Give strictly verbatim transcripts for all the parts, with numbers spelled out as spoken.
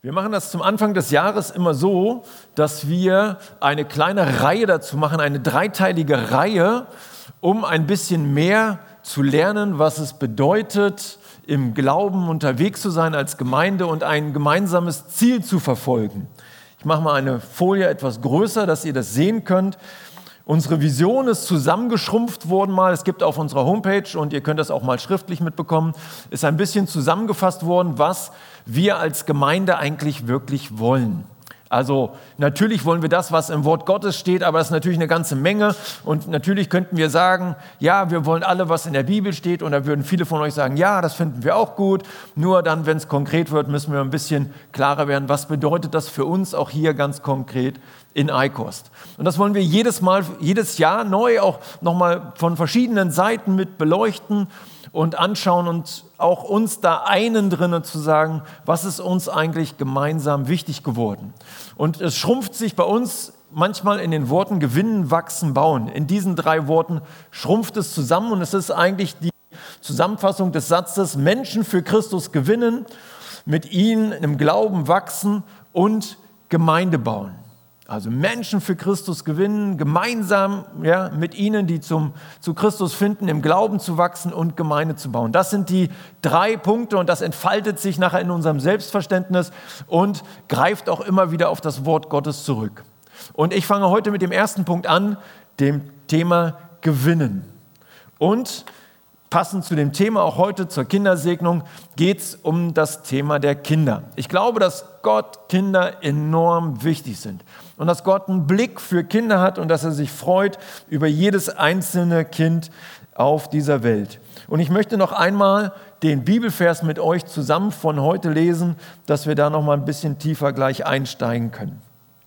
Wir machen das zum Anfang des Jahres immer so, dass wir eine kleine Reihe dazu machen, eine dreiteilige Reihe, um ein bisschen mehr zu lernen, was es bedeutet, im Glauben unterwegs zu sein als Gemeinde und ein gemeinsames Ziel zu verfolgen. Ich mache mal eine Folie etwas größer, dass ihr das sehen könnt. Unsere Vision ist zusammengeschrumpft worden mal, es gibt auf unserer Homepage und ihr könnt das auch mal schriftlich mitbekommen, ist ein bisschen zusammengefasst worden, was wir als Gemeinde eigentlich wirklich wollen. Also natürlich wollen wir das, was im Wort Gottes steht, aber das ist natürlich eine ganze Menge und natürlich könnten wir sagen, ja, wir wollen alle, was in der Bibel steht und da würden viele von euch sagen, ja, das finden wir auch gut, nur dann, wenn es konkret wird, müssen wir ein bisschen klarer werden, was bedeutet das für uns auch hier ganz konkret in iCost. Und das wollen wir jedes Mal, jedes Jahr neu auch nochmal von verschiedenen Seiten mit beleuchten und anschauen und auch uns da einen drinnen zu sagen, was ist uns eigentlich gemeinsam wichtig geworden. Und es schrumpft sich bei uns manchmal in den Worten gewinnen, wachsen, bauen. In diesen drei Worten schrumpft es zusammen und es ist eigentlich die Zusammenfassung des Satzes, Menschen für Christus gewinnen, mit ihnen im Glauben wachsen und Gemeinde bauen. Also Menschen für Christus gewinnen, gemeinsam ja, mit ihnen, die zum, zu Christus finden, im Glauben zu wachsen und Gemeinde zu bauen. Das sind die drei Punkte und das entfaltet sich nachher in unserem Selbstverständnis und greift auch immer wieder auf das Wort Gottes zurück. Und ich fange heute mit dem ersten Punkt an, dem Thema Gewinnen. Und passend zu dem Thema, auch heute zur Kindersegnung, geht es um das Thema der Kinder. Ich glaube, dass Gott Kinder enorm wichtig sind und dass Gott einen Blick für Kinder hat und dass er sich freut über jedes einzelne Kind auf dieser Welt. Und ich möchte noch einmal den Bibelvers mit euch zusammen von heute lesen, dass wir da noch mal ein bisschen tiefer gleich einsteigen können.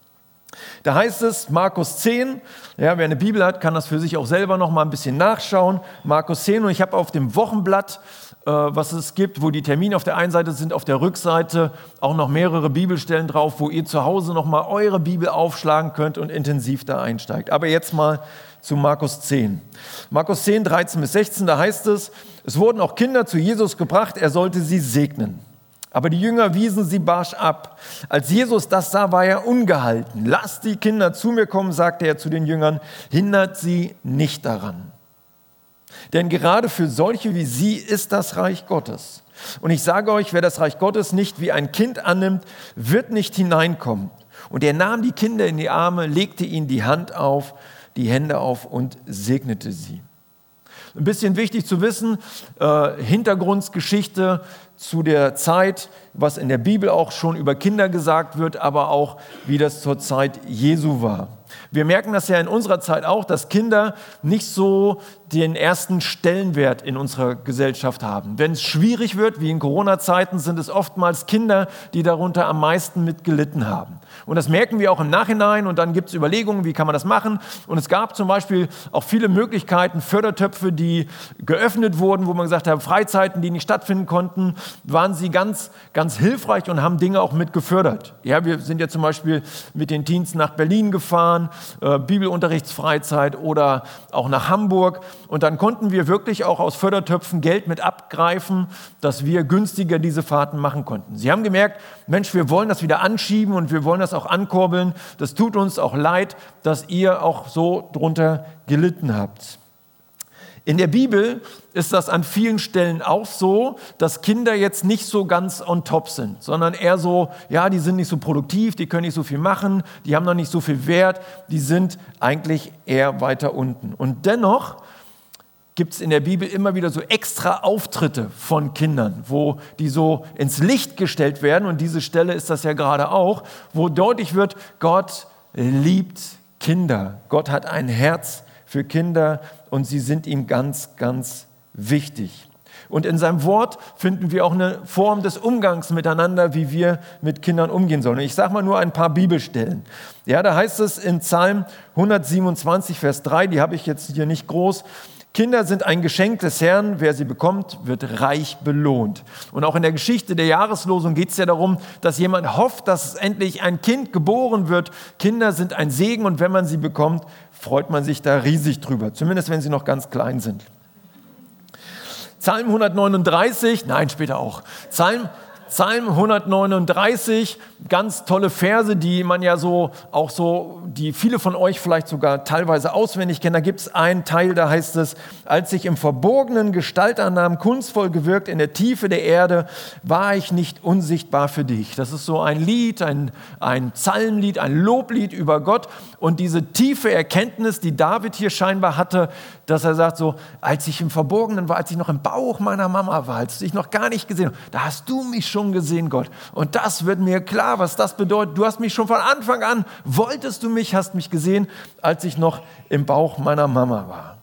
Da heißt es, Markus zehn, ja, wer eine Bibel hat, kann das für sich auch selber noch mal ein bisschen nachschauen. Markus zehn, und ich habe auf dem Wochenblatt, äh, was es gibt, wo die Termine auf der einen Seite sind, auf der Rückseite auch noch mehrere Bibelstellen drauf, wo ihr zu Hause noch mal eure Bibel aufschlagen könnt und intensiv da einsteigt. Aber jetzt mal zu Markus zehn. Markus zehn, dreizehn bis sechzehn, da heißt es, es wurden auch Kinder zu Jesus gebracht, er sollte sie segnen. Aber die Jünger wiesen sie barsch ab. Als Jesus das sah, war er ungehalten. Lasst die Kinder zu mir kommen, sagte er zu den Jüngern, hindert sie nicht daran. Denn gerade für solche wie sie ist das Reich Gottes. Und ich sage euch, wer das Reich Gottes nicht wie ein Kind annimmt, wird nicht hineinkommen. Und er nahm die Kinder in die Arme, legte ihnen die Hand auf, die Hände auf und segnete sie. Ein bisschen wichtig zu wissen, äh, Hintergrundgeschichte zu der Zeit, was in der Bibel auch schon über Kinder gesagt wird, aber auch wie das zur Zeit Jesu war. Wir merken das ja in unserer Zeit auch, dass Kinder nicht so den ersten Stellenwert in unserer Gesellschaft haben. Wenn es schwierig wird, wie in Corona-Zeiten, sind es oftmals Kinder, die darunter am meisten mitgelitten haben. Und das merken wir auch im Nachhinein und dann gibt es Überlegungen, wie kann man das machen. Und es gab zum Beispiel auch viele Möglichkeiten, Fördertöpfe, die geöffnet wurden, wo man gesagt hat, Freizeiten, die nicht stattfinden konnten, waren sie ganz, ganz hilfreich und haben Dinge auch mit gefördert. Ja, wir sind ja zum Beispiel mit den Teens nach Berlin gefahren, äh, Bibelunterrichtsfreizeit oder auch nach Hamburg. Und dann konnten wir wirklich auch aus Fördertöpfen Geld mit abgreifen, dass wir günstiger diese Fahrten machen konnten. Sie haben gemerkt, Mensch, wir wollen das wieder anschieben und wir wollen das auch ankurbeln. Das tut uns auch leid, dass ihr auch so drunter gelitten habt. In der Bibel ist das an vielen Stellen auch so, dass Kinder jetzt nicht so ganz on top sind, sondern eher so, ja, die sind nicht so produktiv, die können nicht so viel machen, die haben noch nicht so viel Wert, die sind eigentlich eher weiter unten. Und dennoch gibt es in der Bibel immer wieder so extra Auftritte von Kindern, wo die so ins Licht gestellt werden. Und diese Stelle ist das ja gerade auch, wo deutlich wird, Gott liebt Kinder. Gott hat ein Herz für Kinder und sie sind ihm ganz, ganz wichtig. Und in seinem Wort finden wir auch eine Form des Umgangs miteinander, wie wir mit Kindern umgehen sollen. Und ich sage mal nur ein paar Bibelstellen. Ja, da heißt es in Psalm hundertsiebenundzwanzig, Vers drei, die habe ich jetzt hier nicht groß, Kinder sind ein Geschenk des Herrn, wer sie bekommt, wird reich belohnt. Und auch in der Geschichte der Jahreslosung geht es ja darum, dass jemand hofft, dass endlich ein Kind geboren wird. Kinder sind ein Segen und wenn man sie bekommt, freut man sich da riesig drüber, zumindest wenn sie noch ganz klein sind. Psalm hundertneununddreißig, nein, später auch. Psalm Psalm hundertneununddreißig, ganz tolle Verse, die man ja so, auch so, die viele von euch vielleicht sogar teilweise auswendig kennen. Da gibt es einen Teil, da heißt es, als ich im Verborgenen Gestalt annahm, kunstvoll gewirkt in der Tiefe der Erde, war ich nicht unsichtbar für dich. Das ist so ein Lied, ein, ein Psalmlied, ein Loblied über Gott und diese tiefe Erkenntnis, die David hier scheinbar hatte, dass er sagt so, als ich im Verborgenen war, als ich noch im Bauch meiner Mama war, als ich noch gar nicht gesehen habe, da hast du mich schon gesehen, Gott. Und das wird mir klar, was das bedeutet. Du hast mich schon von Anfang an, wolltest du mich, hast mich gesehen, als ich noch im Bauch meiner Mama war.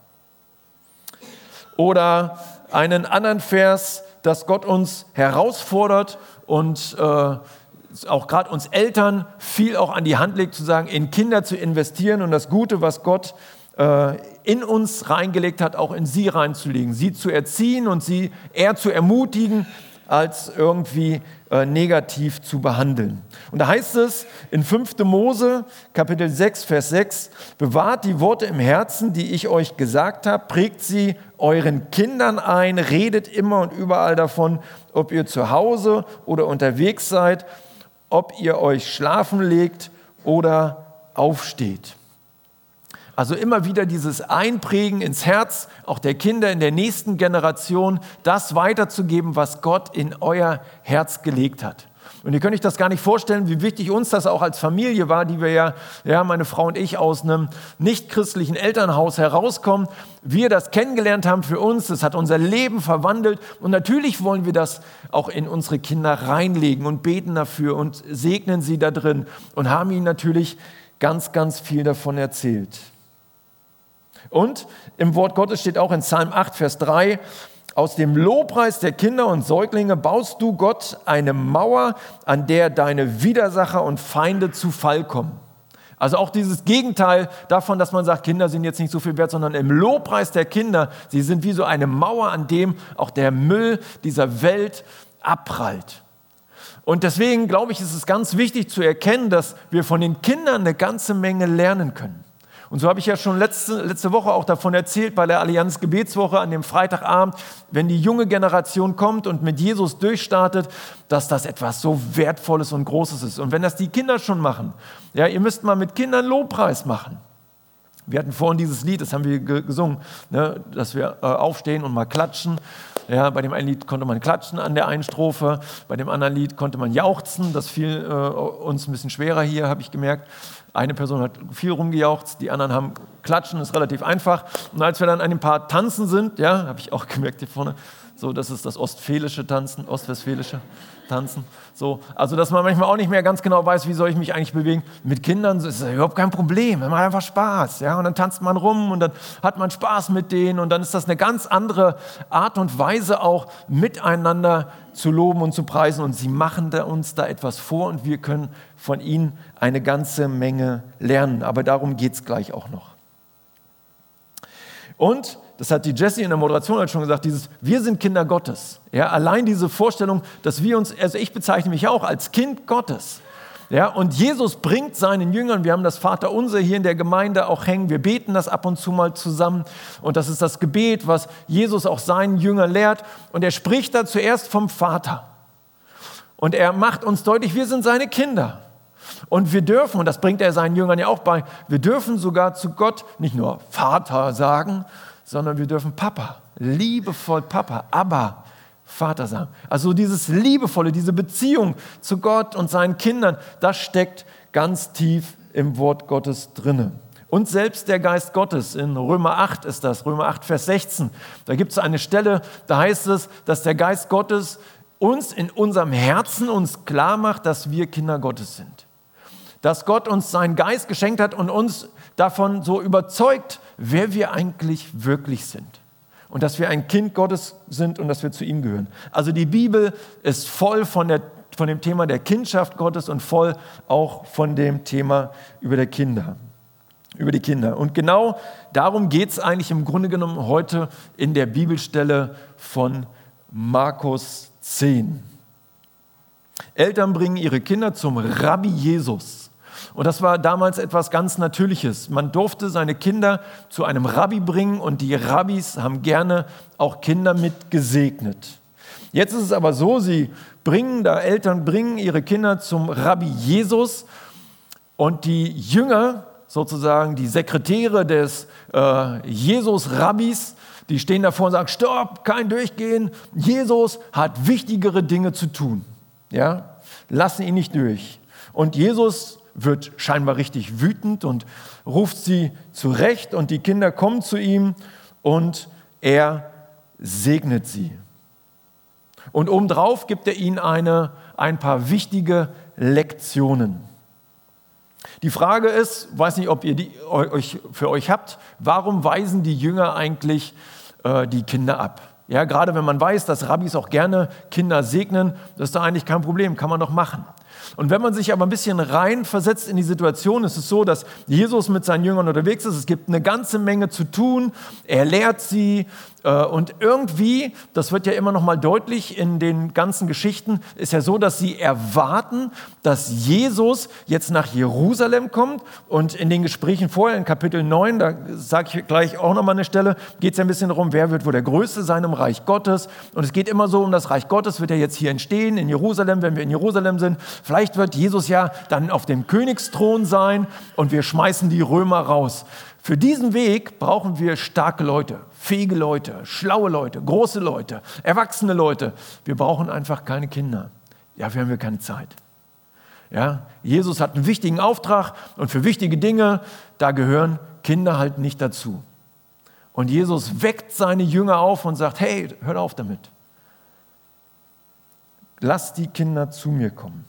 Oder einen anderen Vers, dass Gott uns herausfordert und äh, auch gerade uns Eltern viel auch an die Hand legt, zu sagen, in Kinder zu investieren und das Gute, was Gott äh, in uns reingelegt hat, auch in sie reinzulegen, sie zu erziehen und sie eher zu ermutigen, als irgendwie äh, negativ zu behandeln. Und da heißt es in fünfter Mose, Kapitel sechs, Vers sechs, bewahrt die Worte im Herzen, die ich euch gesagt habe, prägt sie euren Kindern ein, redet immer und überall davon, ob ihr zu Hause oder unterwegs seid, ob ihr euch schlafen legt oder aufsteht. Also immer wieder dieses Einprägen ins Herz, auch der Kinder in der nächsten Generation, das weiterzugeben, was Gott in euer Herz gelegt hat. Und ihr könnt euch das gar nicht vorstellen, wie wichtig uns das auch als Familie war, die wir ja, ja meine Frau und ich, aus einem nicht-christlichen Elternhaus herauskommen. Wir das kennengelernt haben für uns, das hat unser Leben verwandelt. Und natürlich wollen wir das auch in unsere Kinder reinlegen und beten dafür und segnen sie da drin und haben ihnen natürlich ganz, ganz viel davon erzählt. Und im Wort Gottes steht auch in Psalm acht, Vers drei, aus dem Lobpreis der Kinder und Säuglinge baust du Gott eine Mauer, an der deine Widersacher und Feinde zu Fall kommen. Also auch dieses Gegenteil davon, dass man sagt, Kinder sind jetzt nicht so viel wert, sondern im Lobpreis der Kinder, sie sind wie so eine Mauer, an dem auch der Müll dieser Welt abprallt. Und deswegen glaube ich, ist es ganz wichtig zu erkennen, dass wir von den Kindern eine ganze Menge lernen können. Und so habe ich ja schon letzte, letzte Woche auch davon erzählt, bei der Allianz Gebetswoche an dem Freitagabend, wenn die junge Generation kommt und mit Jesus durchstartet, dass das etwas so Wertvolles und Großes ist. Und wenn das die Kinder schon machen, ja, ihr müsst mal mit Kindern Lobpreis machen. Wir hatten vorhin dieses Lied, das haben wir gesungen, ne, dass wir äh, aufstehen und mal klatschen. Ja, bei dem einen Lied konnte man klatschen an der einen Strophe, bei dem anderen Lied konnte man jauchzen. Das fiel äh, uns ein bisschen schwerer hier, habe ich gemerkt. Eine Person hat viel rumgejauchzt, die anderen haben klatschen, ist relativ einfach. Und als wir dann an ein paar Tanzen sind, ja, habe ich auch gemerkt hier vorne, so, das ist das ostfälische Tanzen, ostwestfälische Tanzen. So, also, dass man manchmal auch nicht mehr ganz genau weiß, wie soll ich mich eigentlich bewegen. Mit Kindern ist das überhaupt kein Problem, man macht einfach Spaß. Ja? Und dann tanzt man rum und dann hat man Spaß mit denen und dann ist das eine ganz andere Art und Weise auch miteinander zu loben und zu preisen. Und sie machen da uns da etwas vor und wir können von ihnen eine ganze Menge lernen. Aber darum geht es gleich auch noch. Und das hat die Jessie in der Moderation halt schon gesagt, dieses wir sind Kinder Gottes. Ja, allein diese Vorstellung, dass wir uns, also ich bezeichne mich auch als Kind Gottes. Ja, und Jesus bringt seinen Jüngern, wir haben das Vaterunser hier in der Gemeinde auch hängen, wir beten das ab und zu mal zusammen und das ist das Gebet, was Jesus auch seinen Jüngern lehrt und er spricht da zuerst vom Vater und er macht uns deutlich, wir sind seine Kinder. Und wir dürfen, und das bringt er seinen Jüngern ja auch bei, wir dürfen sogar zu Gott nicht nur Vater sagen, sondern wir dürfen Papa, liebevoll Papa, Abba, Vater sagen. Also dieses Liebevolle, diese Beziehung zu Gott und seinen Kindern, das steckt ganz tief im Wort Gottes drinne. Und selbst der Geist Gottes, in Römer acht ist das, Römer acht, Vers sechzehn, da gibt es eine Stelle, da heißt es, dass der Geist Gottes uns in unserem Herzen uns klar macht, dass wir Kinder Gottes sind. Dass Gott uns seinen Geist geschenkt hat und uns davon so überzeugt, wer wir eigentlich wirklich sind. Und dass wir ein Kind Gottes sind und dass wir zu ihm gehören. Also die Bibel ist voll von, der, von dem Thema der Kindschaft Gottes und voll auch von dem Thema über die Kinder. Über die Kinder. Und genau darum geht es eigentlich im Grunde genommen heute in der Bibelstelle von Markus zehn. Eltern bringen ihre Kinder zum Rabbi Jesus. Und das war damals etwas ganz Natürliches. Man durfte seine Kinder zu einem Rabbi bringen und die Rabbis haben gerne auch Kinder mit gesegnet. Jetzt ist es aber so, sie bringen, da Eltern bringen ihre Kinder zum Rabbi Jesus und die Jünger, sozusagen die Sekretäre des äh, Jesus-Rabbis, die stehen davor und sagen, stopp, kein Durchgehen, Jesus hat wichtigere Dinge zu tun. Ja? Lassen ihn nicht durch. Und Jesus wird scheinbar richtig wütend und ruft sie zurecht und die Kinder kommen zu ihm und er segnet sie. Und obendrauf gibt er ihnen eine, ein paar wichtige Lektionen. Die Frage ist, weiß nicht, ob ihr die euch, für euch habt, warum weisen die Jünger eigentlich äh, die Kinder ab? Ja, gerade wenn man weiß, dass Rabbis auch gerne Kinder segnen, das ist doch eigentlich kein Problem, kann man doch machen. Und wenn man sich aber ein bisschen reinversetzt in die Situation, ist es so, dass Jesus mit seinen Jüngern unterwegs ist. Es gibt eine ganze Menge zu tun. Er lehrt sie. Und irgendwie, das wird ja immer noch mal deutlich in den ganzen Geschichten, ist ja so, dass sie erwarten, dass Jesus jetzt nach Jerusalem kommt. Und in den Gesprächen vorher, in Kapitel neun, da sage ich gleich auch noch mal eine Stelle, geht es ja ein bisschen darum, wer wird wohl der Größte sein im Reich Gottes. Und es geht immer so um das Reich Gottes, wird ja jetzt hier entstehen, in Jerusalem, wenn wir in Jerusalem sind. Vielleicht wird Jesus ja dann auf dem Königsthron sein und wir schmeißen die Römer raus. Für diesen Weg brauchen wir starke Leute, fähige Leute, schlaue Leute, große Leute, erwachsene Leute. Wir brauchen einfach keine Kinder. Dafür haben wir keine Zeit. Ja? Jesus hat einen wichtigen Auftrag und für wichtige Dinge, da gehören Kinder halt nicht dazu. Und Jesus weckt seine Jünger auf und sagt, hey, hört auf damit. Lasst die Kinder zu mir kommen.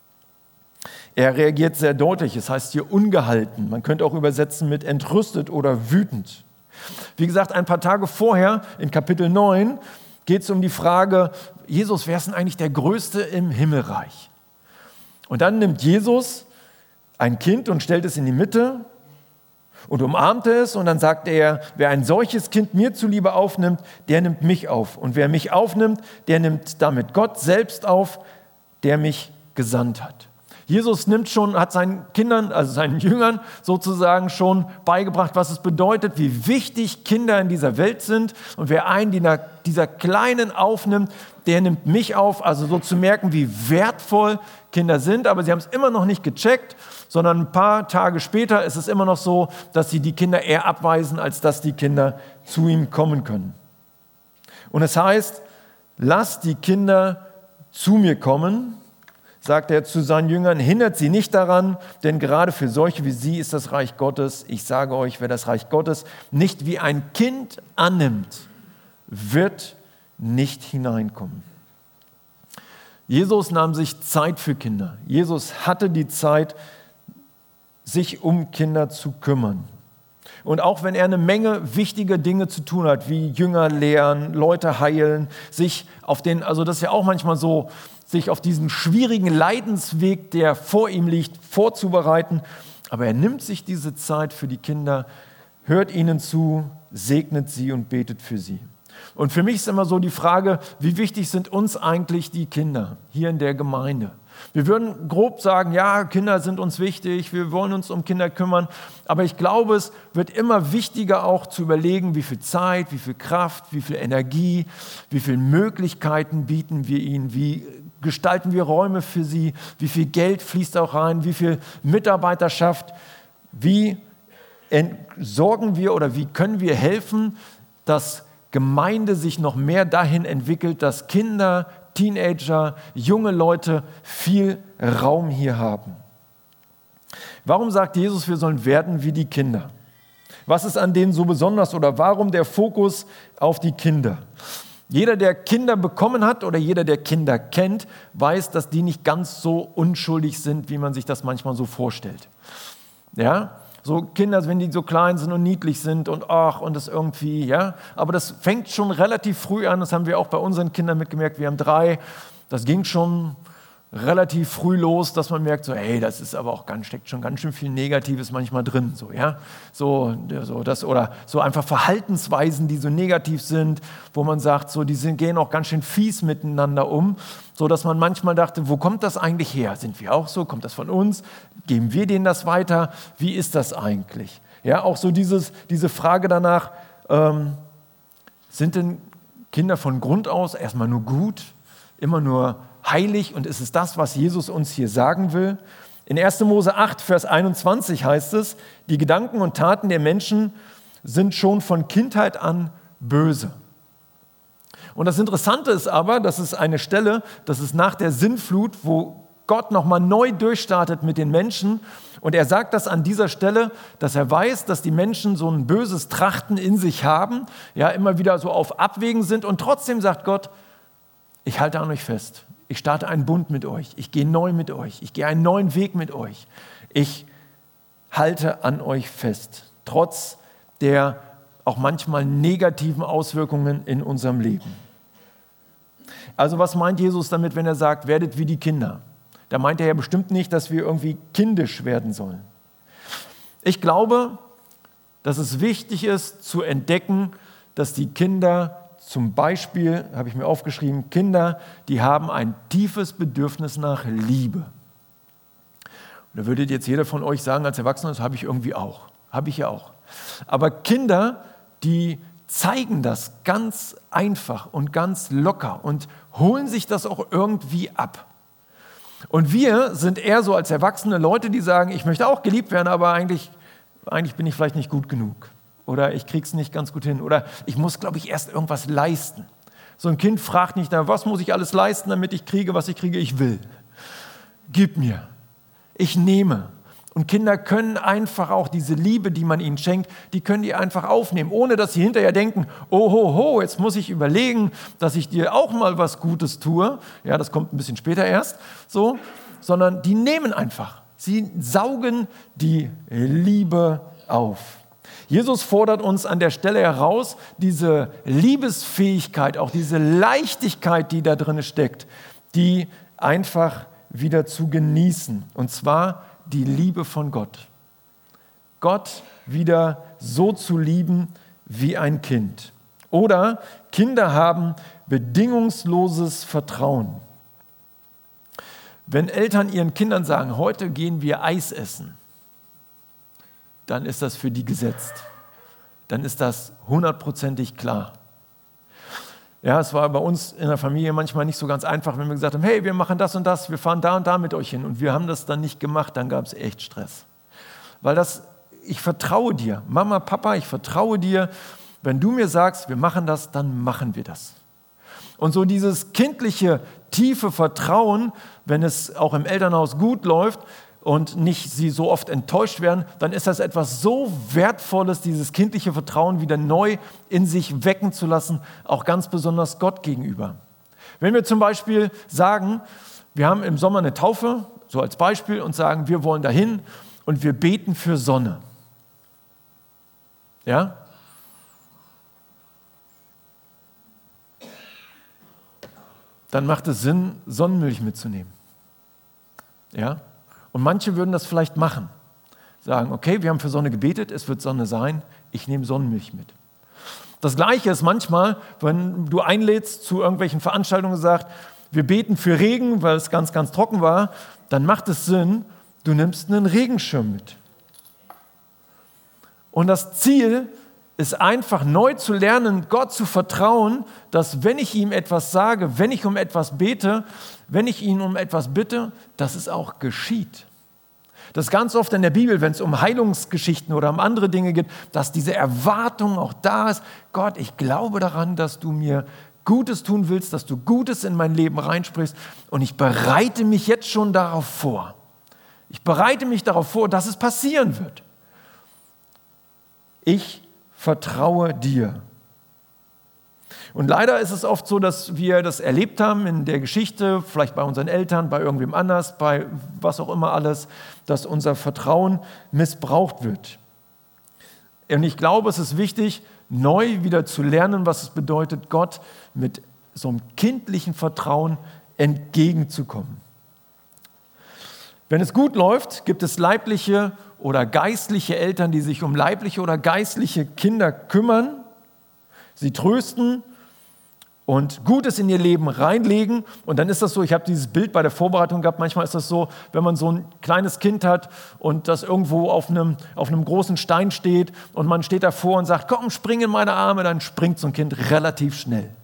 Er reagiert sehr deutlich, es heißt hier ungehalten. Man könnte auch übersetzen mit entrüstet oder wütend. Wie gesagt, ein paar Tage vorher, in Kapitel neun, geht es um die Frage, Jesus, wer ist denn eigentlich der Größte im Himmelreich? Und dann nimmt Jesus ein Kind und stellt es in die Mitte und umarmt es und dann sagt er, wer ein solches Kind mir zuliebe aufnimmt, der nimmt mich auf. Und wer mich aufnimmt, der nimmt damit Gott selbst auf, der mich gesandt hat. Jesus nimmt schon, hat seinen Kindern, also seinen Jüngern sozusagen schon beigebracht, was es bedeutet, wie wichtig Kinder in dieser Welt sind. Und wer einen dieser, dieser Kleinen aufnimmt, der nimmt mich auf. Also so zu merken, wie wertvoll Kinder sind. Aber sie haben es immer noch nicht gecheckt, sondern ein paar Tage später ist es immer noch so, dass sie die Kinder eher abweisen, als dass die Kinder zu ihm kommen können. Und es heißt, lasst die Kinder zu mir kommen, sagt er zu seinen Jüngern, hindert sie nicht daran, denn gerade für solche wie sie ist das Reich Gottes. Ich sage euch, wer das Reich Gottes nicht wie ein Kind annimmt, wird nicht hineinkommen. Jesus nahm sich Zeit für Kinder. Jesus hatte die Zeit, sich um Kinder zu kümmern. Und auch wenn er eine Menge wichtige Dinge zu tun hat, wie Jünger lehren, Leute heilen, sich auf den, also das ist ja auch manchmal so, sich auf diesen schwierigen Leidensweg, der vor ihm liegt, vorzubereiten. Aber er nimmt sich diese Zeit für die Kinder, hört ihnen zu, segnet sie und betet für sie. Und für mich ist immer so die Frage, wie wichtig sind uns eigentlich die Kinder hier in der Gemeinde? Wir würden grob sagen, ja, Kinder sind uns wichtig, wir wollen uns um Kinder kümmern. Aber ich glaube, es wird immer wichtiger auch zu überlegen, wie viel Zeit, wie viel Kraft, wie viel Energie, wie viele Möglichkeiten bieten wir ihnen, wie gestalten wir Räume für sie, wie viel Geld fließt auch rein, wie viel Mitarbeiterschaft, wie sorgen wir oder wie können wir helfen, dass Gemeinde sich noch mehr dahin entwickelt, dass Kinder, Teenager, junge Leute viel Raum hier haben. Warum sagt Jesus, wir sollen werden wie die Kinder? Was ist an denen so besonders oder warum der Fokus auf die Kinder? Jeder, der Kinder bekommen hat oder jeder, der Kinder kennt, weiß, dass die nicht ganz so unschuldig sind, wie man sich das manchmal so vorstellt. Ja? So Kinder, wenn die so klein sind und niedlich sind und ach und das irgendwie, ja. Aber das fängt schon relativ früh an, das haben wir auch bei unseren Kindern mitgemerkt, wir haben drei, das ging schon relativ früh los, dass man merkt, so, hey, das ist aber auch ganz, steckt schon ganz schön viel Negatives manchmal drin, so, ja, so, so das oder so einfach Verhaltensweisen, die so negativ sind, wo man sagt, so, die sind, gehen auch ganz schön fies miteinander um, so dass man manchmal dachte, wo kommt das eigentlich her? Sind wir auch so? Kommt das von uns? Geben wir denen das weiter? Wie ist das eigentlich? Ja, auch so dieses, diese Frage danach, ähm, sind denn Kinder von Grund aus erstmal nur gut, immer nur heilig und ist es das, was Jesus uns hier sagen will? In erster Mose acht, Vers einundzwanzig heißt es, die Gedanken und Taten der Menschen sind schon von Kindheit an böse. Und das Interessante ist aber, das ist eine Stelle, das ist nach der Sintflut, wo Gott nochmal neu durchstartet mit den Menschen. Und er sagt das an dieser Stelle, dass er weiß, dass die Menschen so ein böses Trachten in sich haben, ja, immer wieder so auf Abwägen sind. Und trotzdem sagt Gott, ich halte an euch fest. Ich starte einen Bund mit euch. Ich gehe neu mit euch. Ich gehe einen neuen Weg mit euch. Ich halte an euch fest, trotz der auch manchmal negativen Auswirkungen in unserem Leben. Also was meint Jesus damit, wenn er sagt, werdet wie die Kinder? Da meint er ja bestimmt nicht, dass wir irgendwie kindisch werden sollen. Ich glaube, dass es wichtig ist zu entdecken, dass die Kinder zum Beispiel, habe ich mir aufgeschrieben, Kinder, die haben ein tiefes Bedürfnis nach Liebe. Und da würde jetzt jeder von euch sagen, als Erwachsener, das habe ich irgendwie auch. Habe ich ja auch. Aber Kinder, die zeigen das ganz einfach und ganz locker und holen sich das auch irgendwie ab. Und wir sind eher so als erwachsene Leute, die sagen, ich möchte auch geliebt werden, aber eigentlich, eigentlich bin ich vielleicht nicht gut genug. Oder ich kriege es nicht ganz gut hin. Oder ich muss, glaube ich, erst irgendwas leisten. So ein Kind fragt nicht, was muss ich alles leisten, damit ich kriege, was ich kriege? Ich will. Gib mir. Ich nehme. Und Kinder können einfach auch diese Liebe, die man ihnen schenkt, die können die einfach aufnehmen, ohne dass sie hinterher denken, oh ho ho, jetzt muss ich überlegen, dass ich dir auch mal was Gutes tue. Ja, das kommt ein bisschen später erst. So, sondern die nehmen einfach. Sie saugen die Liebe auf. Jesus fordert uns an der Stelle heraus, diese Liebesfähigkeit, auch diese Leichtigkeit, die da drin steckt, die einfach wieder zu genießen. Und zwar die Liebe von Gott. Gott wieder so zu lieben wie ein Kind. Oder Kinder haben bedingungsloses Vertrauen. Wenn Eltern ihren Kindern sagen, heute gehen wir Eis essen, dann ist das für die gesetzt. Dann ist das hundertprozentig klar. Ja, es war bei uns in der Familie manchmal nicht so ganz einfach, wenn wir gesagt haben, hey, wir machen das und das, wir fahren da und da mit euch hin. Und wir haben das dann nicht gemacht, dann gab es echt Stress. Weil das, ich vertraue dir, Mama, Papa, ich vertraue dir, wenn du mir sagst, wir machen das, dann machen wir das. Und so dieses kindliche, tiefe Vertrauen, wenn es auch im Elternhaus gut läuft, und nicht sie so oft enttäuscht werden, dann ist das etwas so Wertvolles, dieses kindliche Vertrauen wieder neu in sich wecken zu lassen, auch ganz besonders Gott gegenüber. Wenn wir zum Beispiel sagen, wir haben im Sommer eine Taufe, so als Beispiel, und sagen, wir wollen dahin und wir beten für Sonne. Ja? Dann macht es Sinn, Sonnenmilch mitzunehmen. Ja? Und manche würden das vielleicht machen. Sagen, okay, wir haben für Sonne gebetet, es wird Sonne sein, ich nehme Sonnenmilch mit. Das Gleiche ist manchmal, wenn du einlädst zu irgendwelchen Veranstaltungen und sagst, wir beten für Regen, weil es ganz, ganz trocken war, dann macht es Sinn, du nimmst einen Regenschirm mit. Und das Ziel ist einfach neu zu lernen, Gott zu vertrauen, dass wenn ich ihm etwas sage, wenn ich um etwas bete, wenn ich ihn um etwas bitte, dass es auch geschieht. Das ist ganz oft in der Bibel, wenn es um Heilungsgeschichten oder um andere Dinge geht, dass diese Erwartung auch da ist. Gott, ich glaube daran, dass du mir Gutes tun willst, dass du Gutes in mein Leben reinsprichst und ich bereite mich jetzt schon darauf vor. Ich bereite mich darauf vor, dass es passieren wird. Ich vertraue dir. Und leider ist es oft so, dass wir das erlebt haben in der Geschichte, vielleicht bei unseren Eltern, bei irgendwem anders, bei was auch immer alles, dass unser Vertrauen missbraucht wird. Und ich glaube, es ist wichtig, neu wieder zu lernen, was es bedeutet, Gott mit so einem kindlichen Vertrauen entgegenzukommen. Wenn es gut läuft, gibt es leibliche oder geistliche Eltern, die sich um leibliche oder geistliche Kinder kümmern, sie trösten und Gutes in ihr Leben reinlegen. Und dann ist das so, ich habe dieses Bild bei der Vorbereitung gehabt, manchmal ist das so, wenn man so ein kleines Kind hat und das irgendwo auf einem, auf einem großen Stein steht und man steht davor und sagt, komm, spring in meine Arme, dann springt so ein Kind relativ schnell.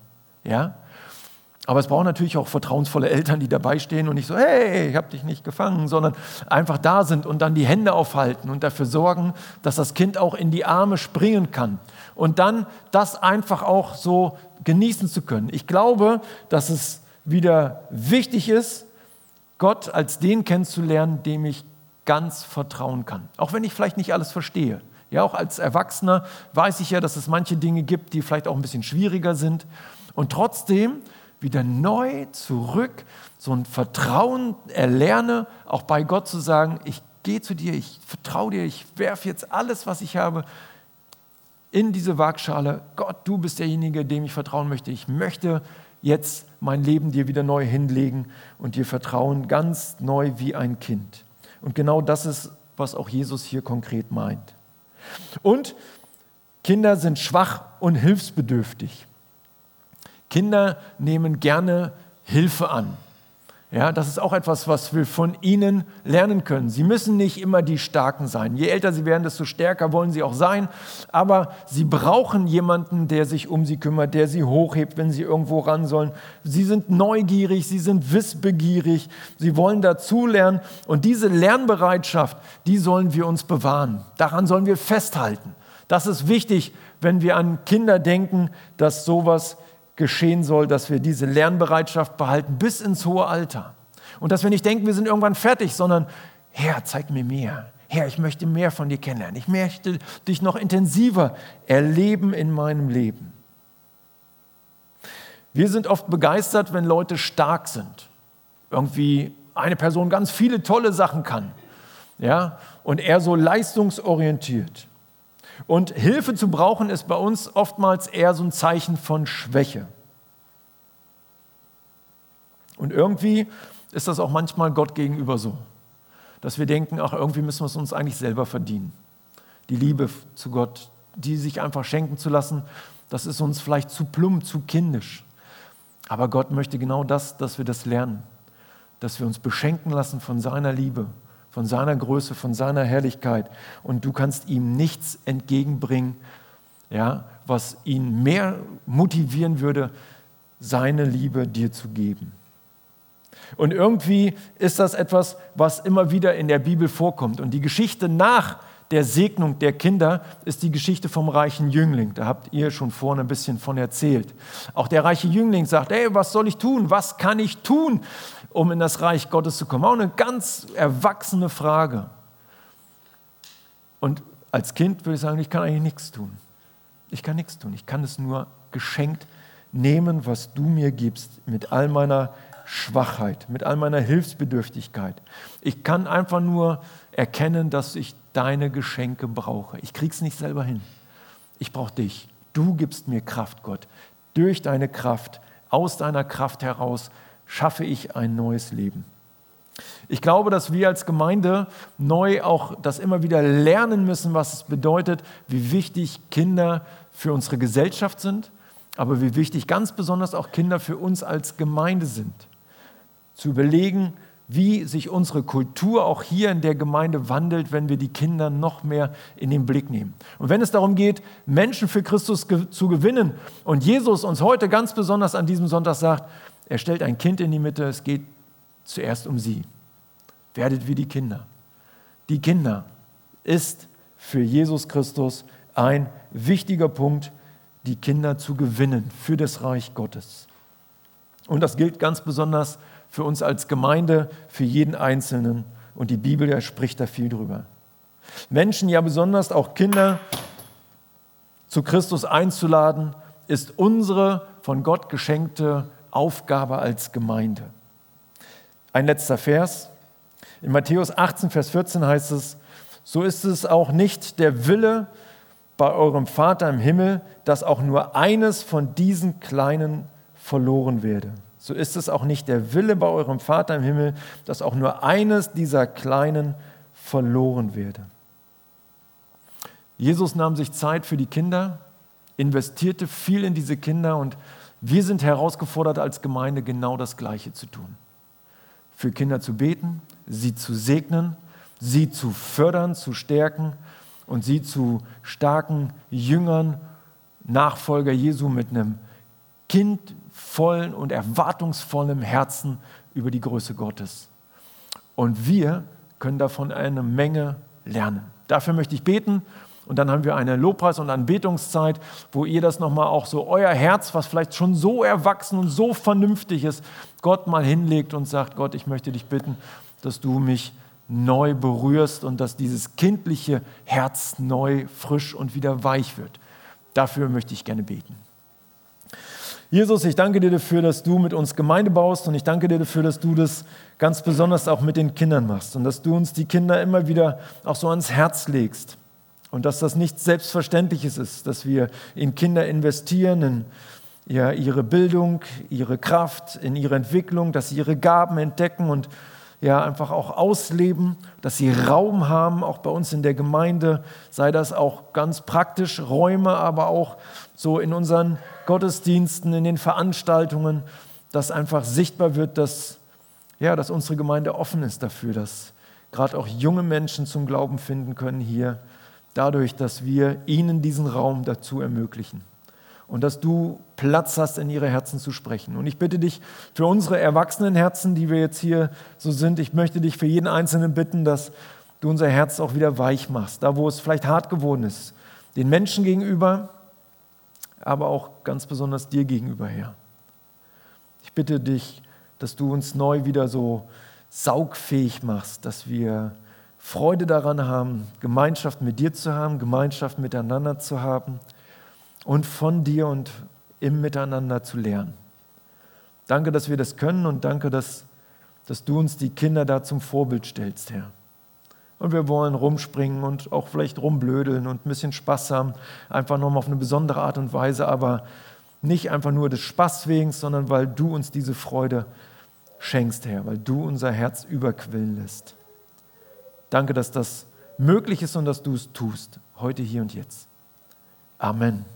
Ja? Aber es braucht natürlich auch vertrauensvolle Eltern, die dabei stehen und nicht so, hey, ich habe dich nicht gefangen, sondern einfach da sind und dann die Hände aufhalten und dafür sorgen, dass das Kind auch in die Arme springen kann und dann das einfach auch so genießen zu können. Ich glaube, dass es wieder wichtig ist, Gott als den kennenzulernen, dem ich ganz vertrauen kann. Auch wenn ich vielleicht nicht alles verstehe. Ja, auch als Erwachsener weiß ich ja, dass es manche Dinge gibt, die vielleicht auch ein bisschen schwieriger sind. Und trotzdem wieder neu zurück, so ein Vertrauen erlerne, auch bei Gott zu sagen, ich gehe zu dir, ich vertraue dir, ich werfe jetzt alles, was ich habe, in diese Waagschale. Gott, du bist derjenige, dem ich vertrauen möchte. Ich möchte jetzt mein Leben dir wieder neu hinlegen und dir vertrauen, ganz neu wie ein Kind. Und genau das ist, was auch Jesus hier konkret meint. Und Kinder sind schwach und hilfsbedürftig. Kinder nehmen gerne Hilfe an. Ja, das ist auch etwas, was wir von ihnen lernen können. Sie müssen nicht immer die Starken sein. Je älter sie werden, desto stärker wollen sie auch sein. Aber sie brauchen jemanden, der sich um sie kümmert, der sie hochhebt, wenn sie irgendwo ran sollen. Sie sind neugierig, sie sind wissbegierig, sie wollen dazulernen. Und diese Lernbereitschaft, die sollen wir uns bewahren. Daran sollen wir festhalten. Das ist wichtig, wenn wir an Kinder denken, dass sowas geschehen soll, dass wir diese Lernbereitschaft behalten bis ins hohe Alter. Und dass wir nicht denken, wir sind irgendwann fertig, sondern Herr, zeig mir mehr. Herr, ich möchte mehr von dir kennenlernen. Ich möchte dich noch intensiver erleben in meinem Leben. Wir sind oft begeistert, wenn Leute stark sind. Irgendwie eine Person ganz viele tolle Sachen kann. Ja? Und er so leistungsorientiert. Und Hilfe zu brauchen ist bei uns oftmals eher so ein Zeichen von Schwäche. Und irgendwie ist das auch manchmal Gott gegenüber so, dass wir denken, ach, irgendwie müssen wir es uns eigentlich selber verdienen. Die Liebe zu Gott, die sich einfach schenken zu lassen, das ist uns vielleicht zu plump, zu kindisch. Aber Gott möchte genau das, dass wir das lernen, dass wir uns beschenken lassen von seiner Liebe, von seiner Größe, von seiner Herrlichkeit. Und du kannst ihm nichts entgegenbringen, ja, was ihn mehr motivieren würde, seine Liebe dir zu geben. Und irgendwie ist das etwas, was immer wieder in der Bibel vorkommt. Und die Geschichte nach der Segnung der Kinder ist die Geschichte vom reichen Jüngling. Da habt ihr schon vorne ein bisschen von erzählt. Auch der reiche Jüngling sagt, hey, was soll ich tun? Was kann ich tun, um in das Reich Gottes zu kommen? Auch eine ganz erwachsene Frage. Und als Kind würde ich sagen, ich kann eigentlich nichts tun. Ich kann nichts tun. Ich kann es nur geschenkt nehmen, was du mir gibst, mit all meiner Schwachheit, mit all meiner Hilfsbedürftigkeit. Ich kann einfach nur erkennen, dass ich deine Geschenke brauche. Ich krieg's nicht selber hin. Ich brauche dich. Du gibst mir Kraft, Gott. Durch deine Kraft, aus deiner Kraft heraus schaffe ich ein neues Leben. Ich glaube, dass wir als Gemeinde neu auch das immer wieder lernen müssen, was es bedeutet, wie wichtig Kinder für unsere Gesellschaft sind, aber wie wichtig ganz besonders auch Kinder für uns als Gemeinde sind. Zu überlegen, wie sich unsere Kultur auch hier in der Gemeinde wandelt, wenn wir die Kinder noch mehr in den Blick nehmen. Und wenn es darum geht, Menschen für Christus ge- zu gewinnen und Jesus uns heute ganz besonders an diesem Sonntag sagt, er stellt ein Kind in die Mitte, es geht zuerst um sie. Werdet wie die Kinder. Die Kinder ist für Jesus Christus ein wichtiger Punkt, die Kinder zu gewinnen für das Reich Gottes. Und das gilt ganz besonders für uns als Gemeinde, für jeden Einzelnen. Und die Bibel ja spricht da viel drüber. Menschen, ja besonders auch Kinder, zu Christus einzuladen, ist unsere von Gott geschenkte Aufgabe als Gemeinde. Ein letzter Vers. In Matthäus achtzehn, Vers vierzehn heißt es, so ist es auch nicht der Wille bei eurem Vater im Himmel, dass auch nur eines von diesen Kleinen verloren werde. So ist es auch nicht der Wille bei eurem Vater im Himmel, dass auch nur eines dieser Kleinen verloren werde. Jesus nahm sich Zeit für die Kinder, investierte viel in diese Kinder und wir sind herausgefordert als Gemeinde genau das Gleiche zu tun. Für Kinder zu beten, sie zu segnen, sie zu fördern, zu stärken und sie zu starken Jüngern, Nachfolger Jesu mit einem Kind vollen und erwartungsvollem Herzen über die Größe Gottes. Und wir können davon eine Menge lernen. Dafür möchte ich beten und dann haben wir eine Lobpreis- und Anbetungszeit, wo ihr das nochmal auch so euer Herz, was vielleicht schon so erwachsen und so vernünftig ist, Gott mal hinlegt und sagt, Gott, ich möchte dich bitten, dass du mich neu berührst und dass dieses kindliche Herz neu, frisch und wieder weich wird. Dafür möchte ich gerne beten. Jesus, ich danke dir dafür, dass du mit uns Gemeinde baust und ich danke dir dafür, dass du das ganz besonders auch mit den Kindern machst und dass du uns die Kinder immer wieder auch so ans Herz legst und dass das nichts Selbstverständliches ist, dass wir in Kinder investieren, in ja, ihre Bildung, ihre Kraft, in ihre Entwicklung, dass sie ihre Gaben entdecken und ja, einfach auch ausleben, dass sie Raum haben, auch bei uns in der Gemeinde, sei das auch ganz praktisch Räume, aber auch so in unseren Gottesdiensten, in den Veranstaltungen, dass einfach sichtbar wird, dass, ja, dass unsere Gemeinde offen ist dafür, dass gerade auch junge Menschen zum Glauben finden können hier, dadurch, dass wir ihnen diesen Raum dazu ermöglichen. Und dass du Platz hast, in ihre Herzen zu sprechen. Und ich bitte dich für unsere erwachsenen Herzen, die wir jetzt hier so sind, ich möchte dich für jeden Einzelnen bitten, dass du unser Herz auch wieder weich machst, da wo es vielleicht hart geworden ist, den Menschen gegenüber, aber auch ganz besonders dir gegenüber, Herr. Ich bitte dich, dass du uns neu wieder so saugfähig machst, dass wir Freude daran haben, Gemeinschaft mit dir zu haben, Gemeinschaft miteinander zu haben, und von dir und im Miteinander zu lernen. Danke, dass wir das können und danke, dass, dass du uns die Kinder da zum Vorbild stellst, Herr. Und wir wollen rumspringen und auch vielleicht rumblödeln und ein bisschen Spaß haben, einfach nochmal auf eine besondere Art und Weise, aber nicht einfach nur des Spaß wegen, sondern weil du uns diese Freude schenkst, Herr, weil du unser Herz überquillen lässt. Danke, dass das möglich ist und dass du es tust, heute, hier und jetzt. Amen.